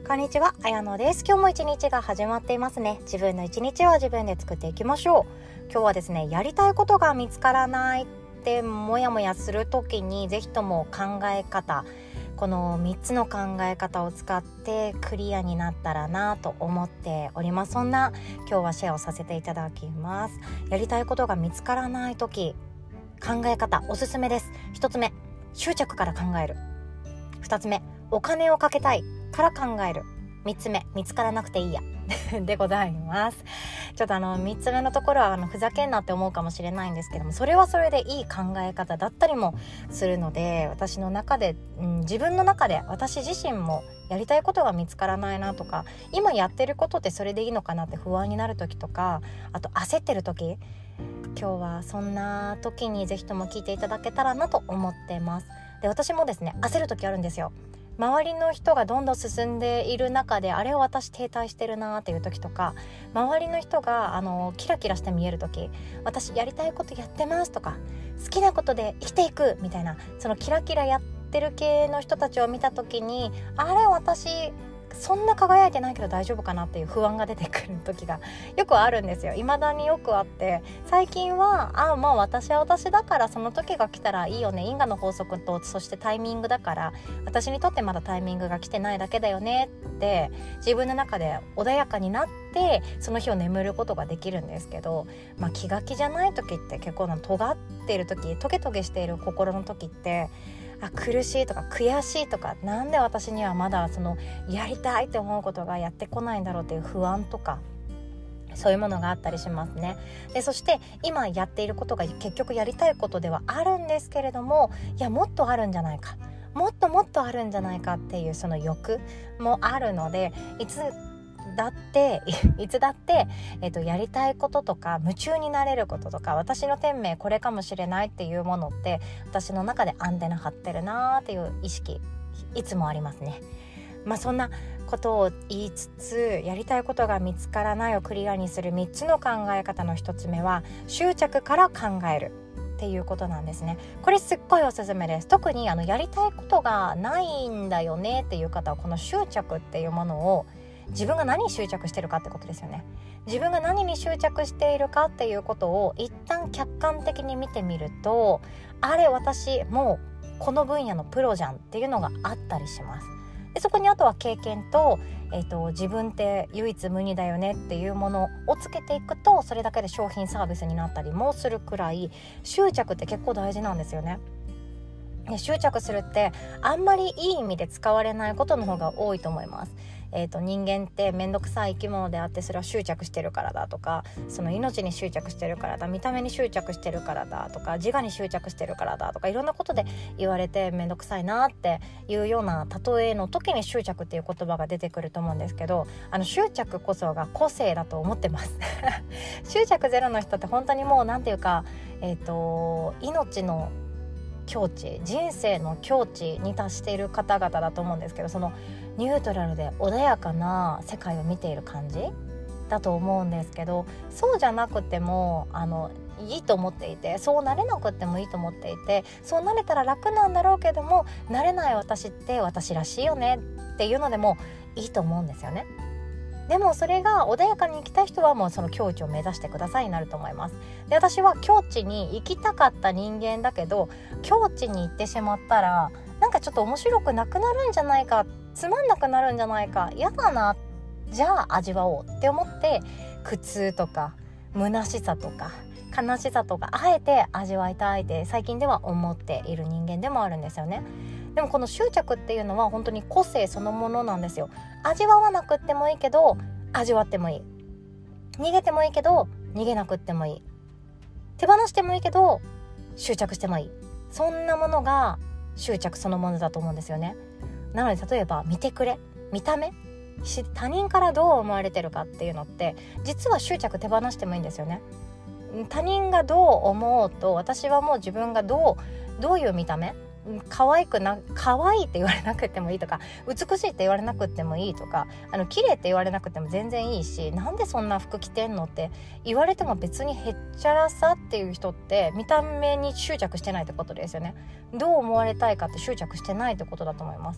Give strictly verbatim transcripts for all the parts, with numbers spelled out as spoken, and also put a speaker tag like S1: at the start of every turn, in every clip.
S1: こんにちは、あやのです。今日も一日が始まっていますね。自分の一日は自分で作っていきましょう。今日はですね、やりたいことが見つからないってモヤモヤする時にぜひとも考え方、このみっつの考え方を使ってクリアになったらなと思っております。そんな今日はシェアをさせていただきます。やりたいことが見つからない時、考え方おすすめです。ひとつめ、執着から考える。ふたつめ、お金をかけたいから考える。みっつめ、見つからなくていいやでございます。ちょっとあのみっつめのところはあのふざけんなって思うかもしれないんですけども、それはそれでいい考え方だったりもするので、私の中で、うん、自分の中で私自身もやりたいことが見つからないなとか、今やってることってそれでいいのかなって不安になる時とか、あと焦ってる時、今日はそんな時にぜひとも聞いていただけたらなと思ってます。で、私もですね、焦る時あるんですよ。周りの人がどんどん進んでいる中で、あれを私停滞してるなっていう時とか、周りの人があのキラキラして見える時、私やりたいことやってますとか、好きなことで生きていくみたいな、そのキラキラやってる系の人たちを見た時に、あれ私そんな輝いてないけど大丈夫かなっていう不安が出てくる時がよくあるんですよ。未だによくあって、最近はあまあ私は私だから、その時が来たらいいよね、因果の法則とそしてタイミングだから、私にとってまだタイミングが来てないだけだよねって自分の中で穏やかになってその日を眠ることができるんですけど、まあ気が気じゃない時って、結構な尖っている時、トゲトゲしている心の時って、あ苦しいとか悔しいとか、なんで私にはまだそのやりたいって思うことがやってこないんだろうっていう不安とか、そういうものがあったりしますね。で、そして今やっていることが結局やりたいことではあるんですけれども、いやもっとあるんじゃないか、もっともっとあるんじゃないかっていうその欲もあるので、いつだっていつだって、えっと、やりたいこととか夢中になれることとか、私の天命これかもしれないっていうものって、私の中でアンテナ張ってるなーっていう意識いつもありますね。まあそんなことを言いつつ、やりたいことが見つからないをクリアにするみっつの考え方のひとつめは、執着から考えるっていうことなんですね。これすっごいおすすめです。特にあのやりたいことがないんだよねっていう方は、この執着っていうものを、自分が何に執着してるかってことですよね。自分が何に執着しているかっていうことを一旦客観的に見てみると、あれ私もうこの分野のプロじゃんっていうのがあったりします。でそこにあとは経験と、えーと、自分って唯一無二だよねっていうものをつけていくと、それだけで商品サービスになったりもするくらい、執着って結構大事なんですよね。で執着するってあんまりいい意味で使われないことの方が多いと思います。えーと、人間ってめんどくさい生き物であって、それは執着してるからだとか、その命に執着してるからだ、見た目に執着してるからだとか、自我に執着してるからだとか、いろんなことで言われてめんどくさいなっていうような例えの時に執着っていう言葉が出てくると思うんですけど、あの執着こそが個性だと思ってます執着ゼロの人って本当にもうなんていうか、えーと、命の境地、人生の境地に達している方々だと思うんですけど、そのニュートラルで穏やかな世界を見ている感じだと思うんですけど、そうじゃなくてもあのいいと思っていて、そうなれなくてもいいと思っていて、そうなれたら楽なんだろうけども、なれない私って私らしいよねっていうのでもいいと思うんですよね。でもそれが穏やかに生きたい人はもうその境地を目指してくださいになると思います。で、私は境地に行きたかった人間だけど、境地に行ってしまったらなんかちょっと面白くなくなるんじゃないか、つまんなくなるんじゃないか、嫌だな、じゃあ味わおうって思って苦痛とか虚しさとか悲しさとかあえて味わいたいって最近では思っている人間でもあるんですよね。でもこの執着っていうのは本当に個性そのものなんですよ。味わわなくってもいいけど味わってもいい、逃げてもいいけど逃げなくってもいい、手放してもいいけど執着してもいい、そんなものが執着そのものだと思うんですよね。なので例えば見てくれ、見た目、他人からどう思われてるかっていうのって実は執着手放してもいいんですよね。他人がどう思おうと、私はもう自分がどうどういう見た目、可愛くな可愛いって言われなくてもいいとか、美しいって言われなくてもいいとか、あの綺麗って言われなくても全然いいし、なんでそんな服着てんのって言われても別にへっちゃらさっていう人って見た目に執着してないってことですよね。どう思われたいかって執着してないってことだと思います。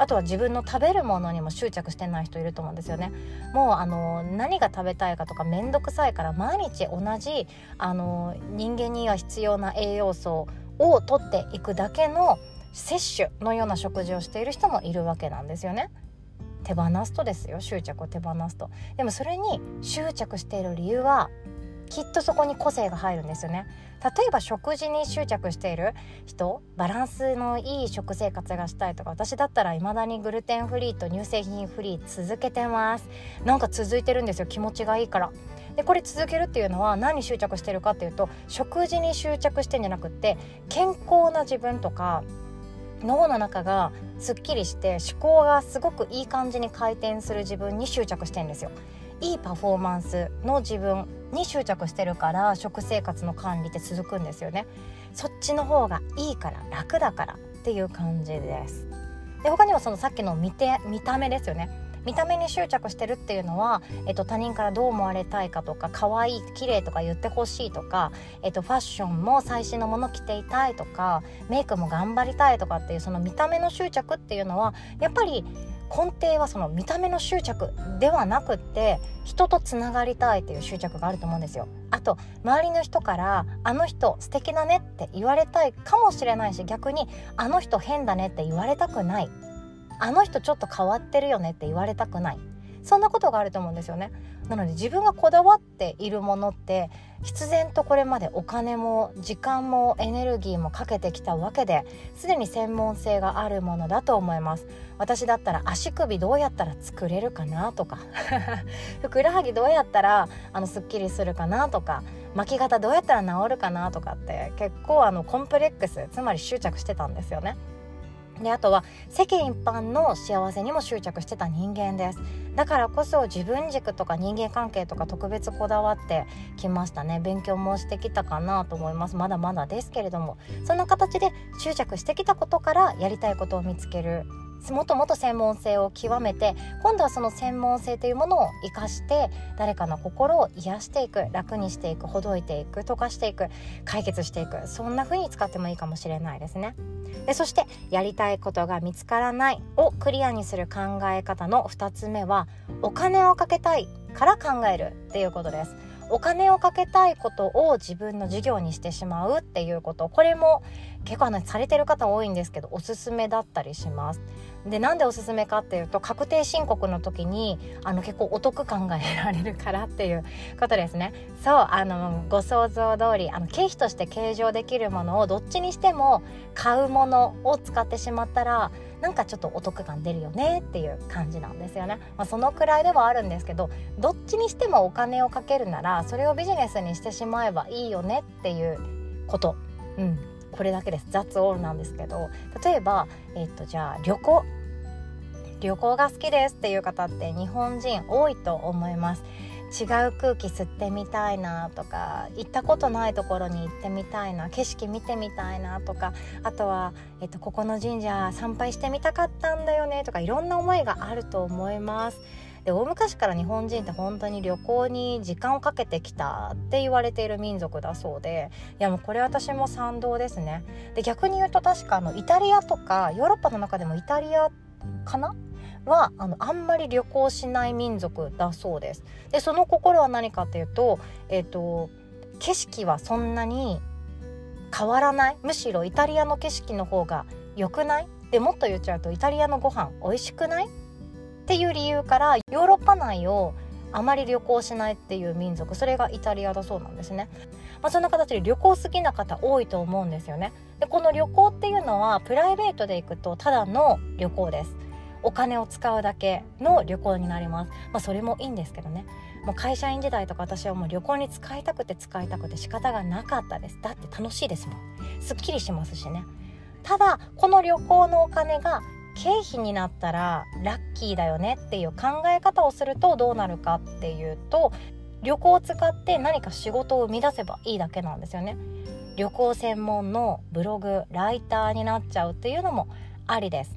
S1: あとは自分の食べるものにも執着してない人いると思うんですよね。もうあの何が食べたいかとかめんどくさいから毎日同じあの人間には必要な栄養素を取っていくだけの摂取のような食事をしている人もいるわけなんですよね。手放すとですよ、執着を手放すと。でもそれに執着している理由はきっとそこに個性が入るんですよね。例えば食事に執着している人、バランスのいい食生活がしたいとか、私だったら未だにグルテンフリーと乳製品フリー続けてます。なんか続いてるんですよ、気持ちがいいから。でこれ続けるっていうのは何に執着してるかっていうと、食事に執着してんじゃなくって健康な自分とか脳の中がすっきりして思考がすごくいい感じに回転する自分に執着してるんですよ。いいパフォーマンスの自分に執着してるから食生活の管理って続くんですよね。そっちの方がいいから楽だからっていう感じです。で他にはそのさっきの見て見た目ですよね。見た目に執着してるっていうのは、えっと、他人からどう思われたいかとか、可愛い綺麗とか言ってほしいとか、えっと、ファッションも最新のもの着ていたいとか、メイクも頑張りたいとかっていうその見た目の執着っていうのはやっぱり根底はその見た目の執着ではなくって人とつながりたいっていう執着があると思うんですよ。あと周りの人からあの人素敵だねって言われたいかもしれないし、逆にあの人変だねって言われたくない、あの人ちょっと変わってるよねって言われたくない、そんなことがあると思うんですよね。なので自分がこだわっているものって必然とこれまでお金も時間もエネルギーもかけてきたわけで、すでに専門性があるものだと思います。私だったら足首どうやったら作れるかなとかふくらはぎどうやったらあのすっきりするかなとか、巻き方どうやったら治るかなとかって結構あのコンプレックス、つまり執着してたんですよね。であとは世間一般の幸せにも執着してた人間です。だからこそ自分軸とか人間関係とか特別こだわってきましたね。勉強もしてきたかなと思います。まだまだですけれども、そんな形で執着してきたことからやりたいことを見つける、もっともっと専門性を極めて、今度はその専門性というものを生かして誰かの心を癒していく、楽にしていく、ほどいていく、溶かしていく、解決していく、そんな風に使ってもいいかもしれないですね。でそしてやりたいことが見つからないをクリアにする考え方のふたつめは、お金をかけたいから考えるっていうことです。お金をかけたいことを自分の事業にしてしまうっていうこと、これも結構あのされてる方多いんですけど、おすすめだったりします。でなんでおすすめかっていうと、確定申告の時にあの結構お得感が得られるからっていうことですね。そうあのご想像通り、あの経費として計上できるものをどっちにしても買うものを使ってしまったら、なんかちょっとお得感出るよねっていう感じなんですよね。まあ、そのくらいではあるんですけど、どっちにしてもお金をかけるならそれをビジネスにしてしまえばいいよねっていうこと、うん、これだけです。That's all なんですけど、例えば、えっと、じゃあ旅行旅行が好きですっていう方って日本人多いと思います。違う空気吸ってみたいなとか、行ったことないところに行ってみたいな、景色見てみたいなとか、あとは、えっと、ここの神社参拝してみたかったんだよねとか、いろんな思いがあると思います。で大昔から日本人って本当に旅行に時間をかけてきたって言われている民族だそうで、いやもうこれ私も賛同ですね。で逆に言うと確かあのイタリアとかヨーロッパの中でもイタリアかなはあのあんまり旅行しない民族だそうです。でその心は何かっていうと、えーと、景色はそんなに変わらない、むしろイタリアの景色の方が良くない、でもっと言っちゃうとイタリアのご飯美味しくないっていう理由からヨーロッパ内をあまり旅行しないっていう民族、それがイタリアだそうなんですね。まあ、そんな形で旅行好きな方多いと思うんですよね。でこの旅行っていうのはプライベートで行くとただの旅行です。お金を使うだけの旅行になります。まあそれもいいんですけどね。もう会社員時代とか私はもう旅行に使いたくて使いたくて仕方がなかったです。だって楽しいですもん。すっきりしますしね。ただこの旅行のお金が経費になったらラッキーだよねっていう考え方をするとどうなるかっていうと、旅行を使って何か仕事を生み出せばいいだけなんですよね。旅行専門のブログライターになっちゃうっていうのもありです。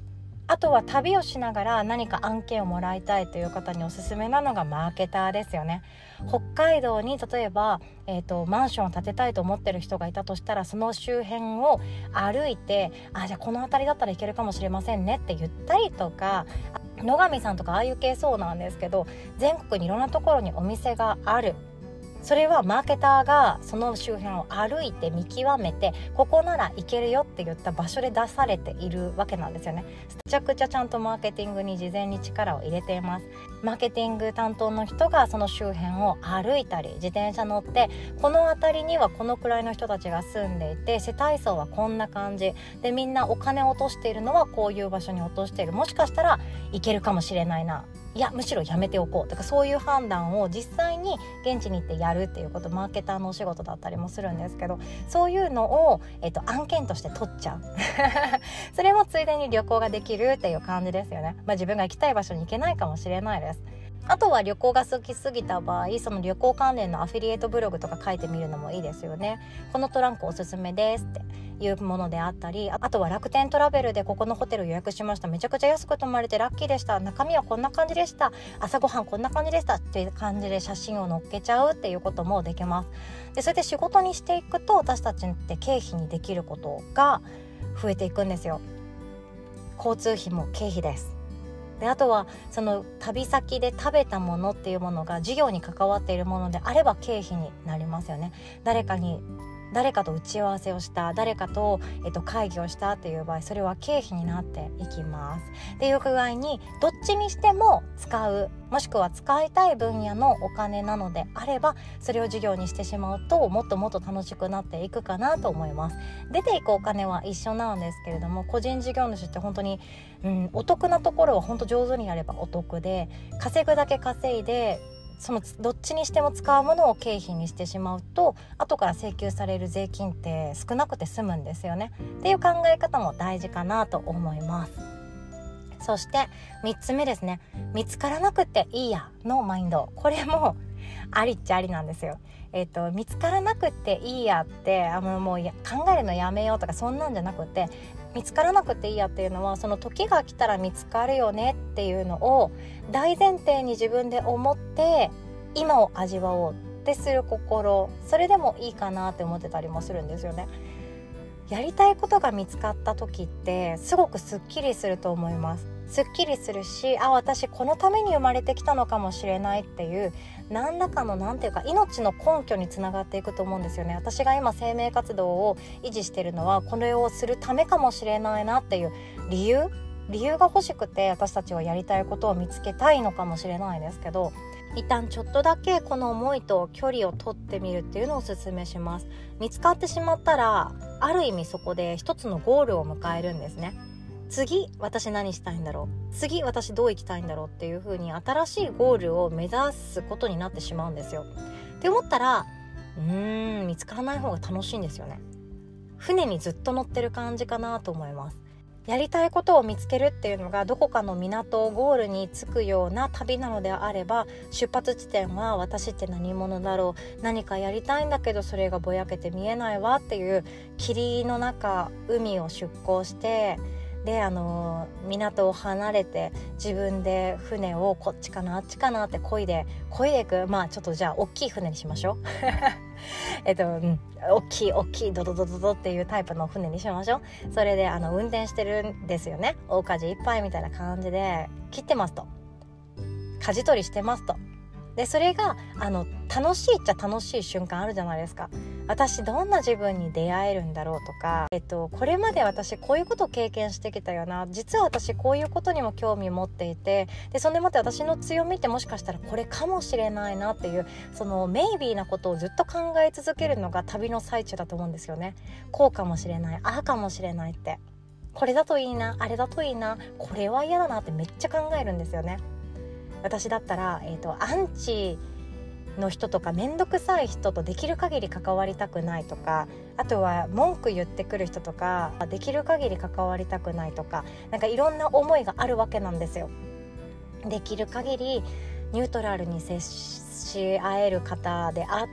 S1: あとは旅をしながら何か案件をもらいたいという方におすすめなのがマーケターですよね。北海道に例えば、えーと、マンションを建てたいと思ってる人がいたとしたら、その周辺を歩いて、あ、じゃあこの辺りだったら行けるかもしれませんねって言ったりとか、野上さんとかああいう系そうなんですけど、全国にいろんなところにお店がある。それはマーケターがその周辺を歩いて見極めて、ここなら行けるよって言った場所で出されているわけなんですよね。めちゃくちゃちゃんとマーケティングに事前に力を入れています。マーケティング担当の人がその周辺を歩いたり、自転車乗って、この辺りにはこのくらいの人たちが住んでいて、世帯層はこんな感じで、みんなお金を落としているのはこういう場所に落としている、もしかしたら行けるかもしれないな、いやむしろやめておこうとか、そういう判断を実際に現地に行ってやるっていうこと、マーケターのお仕事だったりもするんですけど、そういうのを、えっと、案件として取っちゃうそれもついでに旅行ができるっていう感じですよね。まあ、自分が行きたい場所に行けないかもしれないです。あとは旅行が好きすぎた場合、その旅行関連のアフィリエイトブログとか書いてみるのもいいですよね。このトランクおすすめですっていうものであったり、あとは楽天トラベルでここのホテル予約しました、めちゃくちゃ安く泊まれてラッキーでした、中身はこんな感じでした、朝ごはんこんな感じでしたっていう感じで写真を載っけちゃうっていうこともできます。でそれで仕事にしていくと、私たちって経費にできることが増えていくんですよ。交通費も経費です。であとはその旅先で食べたものっていうものが事業に関わっているものであれば経費になりますよね。誰かに誰かと打ち合わせをした、誰かと、えっと、会議をしたっていう場合、それは経費になっていきます。でいう具合にどっちにしても使う、もしくは使いたい分野のお金なのであれば、それを事業にしてしまうともっともっと楽しくなっていくかなと思います。出ていくお金は一緒なんですけれども、個人事業主って本当に、うん、お得なところは本当上手にやればお得で、稼ぐだけ稼いで、そのどっちにしても使うものを経費にしてしまうと、後から請求される税金って少なくて済むんですよねっていう考え方も大事かなと思います。そしてみっつめですね、見つからなくていいやのマインド。これもありっちゃありなんですよ。えーと、見つからなくていいやってあのもうや考えるのやめようとかそんなんじゃなくて、見つからなくていいやっていうのは、その時が来たら見つかるよねっていうのを大前提に自分で思って今を味わおうってする心、それでもいいかなって思ってたりもするんですよね。やりたいことが見つかった時ってすごくスッキリすると思います。すっきりするし、あ、私このために生まれてきたのかもしれないっていう何らかのなんていうか命の根拠につながっていくと思うんですよね。私が今生命活動を維持しているのはこれをするためかもしれないなっていう理由理由が欲しくて、私たちはやりたいことを見つけたいのかもしれないですけど、一旦ちょっとだけこの思いと距離を取ってみるっていうのをお勧めします。見つかってしまったら、ある意味そこで一つのゴールを迎えるんですね。次私何したいんだろう、次私どう生きたいんだろうっていう風に新しいゴールを目指すことになってしまうんですよ。って思ったら、うーん見つからない方が楽しいんですよね。船にずっと乗ってる感じかなと思います。やりたいことを見つけるっていうのがどこかの港ゴールに着くような旅なのであれば、出発地点は私って何者だろう、何かやりたいんだけどそれがぼやけて見えないわっていう霧の中、海を出港してであの港を離れて自分で船をこっちかなあっちかなって漕いで漕いでいく。まあちょっとじゃあ大きい船にしましょうえっと、うん、大きい大きいドドドドドっていうタイプの船にしましょう。それであの運転してるんですよね。大舵いっぱいみたいな感じで切ってますと、舵取りしてますと。でそれがあの楽しいっちゃ楽しい瞬間あるじゃないですか。私どんな自分に出会えるんだろうとか、えっと、これまで私こういうことを経験してきたよな、実は私こういうことにも興味持っていて、でそれまで私の強みってもしかしたらこれかもしれないなっていう、そのメイビーなことをずっと考え続けるのが旅の最中だと思うんですよね。こうかもしれない、ああかもしれないって、これだといいな、あれだといいな、これは嫌だなってめっちゃ考えるんですよね。私だったら、えーと、アンチの人とかめんどくさい人とできる限り関わりたくないとか、あとは文句言ってくる人とかできる限り関わりたくないとか、なんかいろんな思いがあるわけなんですよ。できる限りニュートラルに接し合える方であって、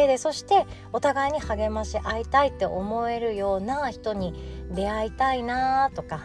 S1: でそしてお互いに励まし合いたいって思えるような人に出会いたいなとか、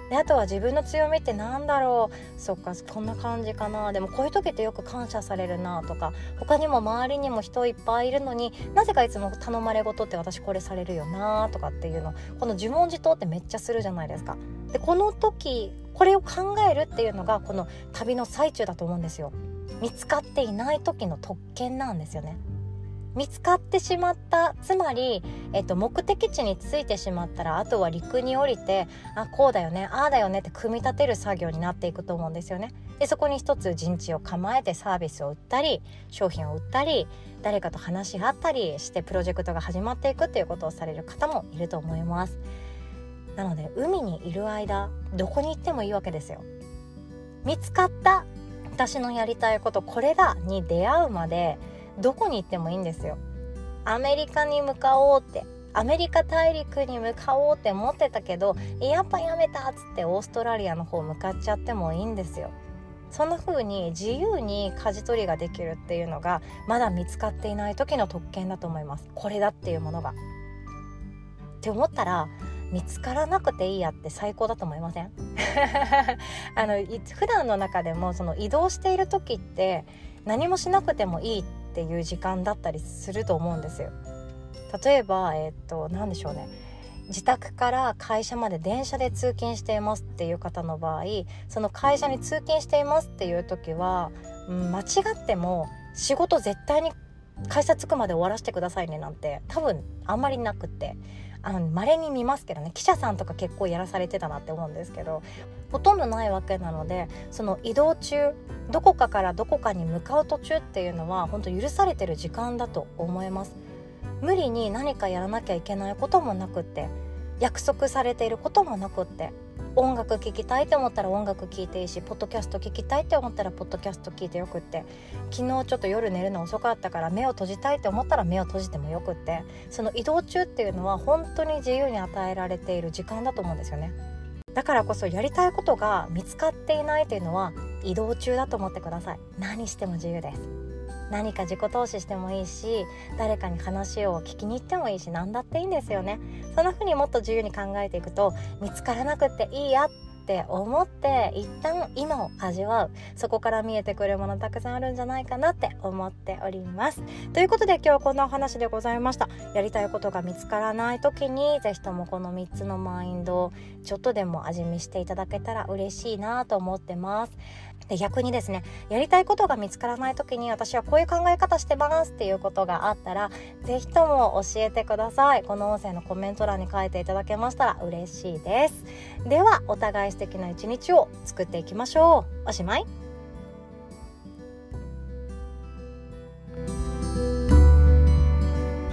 S1: であとは自分の強みってなんだろう、そっかこんな感じかな、でもこういう時ってよく感謝されるなとか、他にも周りにも人いっぱいいるのになぜかいつも頼まれ事って私これされるよなとかっていうの、この自問自答ってめっちゃするじゃないですか。でこの時これを考えるっていうのがこの旅の最中だと思うんですよ。見つかっていない時の特権なんですよね。見つかってしまった、つまり、えっと、目的地に着いてしまったらあとは陸に降りて、あこうだよねああだよねって組み立てる作業になっていくと思うんですよね。でそこに一つ陣地を構えてサービスを売ったり商品を売ったり誰かと話し合ったりしてプロジェクトが始まっていくっていうことをされる方もいると思います。なので海にいる間どこに行ってもいいわけですよ。見つかった私のやりたいことこれだに出会うまでどこに行ってもいいんですよ。アメリカに向かおうってアメリカ大陸に向かおうって思ってたけどやっぱやめたっつってオーストラリアの方向かっちゃってもいいんですよ。そんな風に自由に舵取りができるっていうのがまだ見つかっていない時の特権だと思います。これだっていうものがって思ったら見つからなくていいやって最高だと思いません？あの普段の中でもその移動している時って何もしなくてもいいっていう時間だったりすると思うんですよ。例えばえっと何でしょうね、自宅から会社まで電車で通勤していますっていう方の場合、その会社に通勤していますっていう時は、うん、間違っても仕事絶対に会社着くまで終わらせてくださいねなんて多分あんまりなくって、あの稀に見ますけどね、記者さんとか結構やらされてたなって思うんですけど、ほとんどないわけなので、その移動中どこかからどこかに向かう途中っていうのは本当許されてる時間だと思います。無理に何かやらなきゃいけないこともなくって、約束されていることもなくって、音楽聴きたいと思ったら音楽聴いていいし、ポッドキャスト聴きたいって思ったらポッドキャスト聴いてよくって、昨日ちょっと夜寝るの遅かったから目を閉じたいって思ったら目を閉じてもよくって、その移動中っていうのは本当に自由に与えられている時間だと思うんですよね。だからこそやりたいことが見つかっていないというのは移動中だと思ってください。何しても自由です。何か自己投資してもいいし、誰かに話を聞きに行ってもいいし、何だっていいんですよね。そんな風にもっと自由に考えていくと、見つからなくていいやって思って一旦今を味わう、そこから見えてくるものたくさんあるんじゃないかなって思っております。ということで今日はこんなお話でございました。やりたいことが見つからない時にぜひともこのみっつのマインドをちょっとでも味見していただけたら嬉しいなと思ってます。で逆にですね、やりたいことが見つからない時に私はこういう考え方してますっていうことがあったらぜひとも教えてください。この音声のコメント欄に書いていただけましたら嬉しいです。ではお互い素敵な一日を作っていきましょう。おしまい。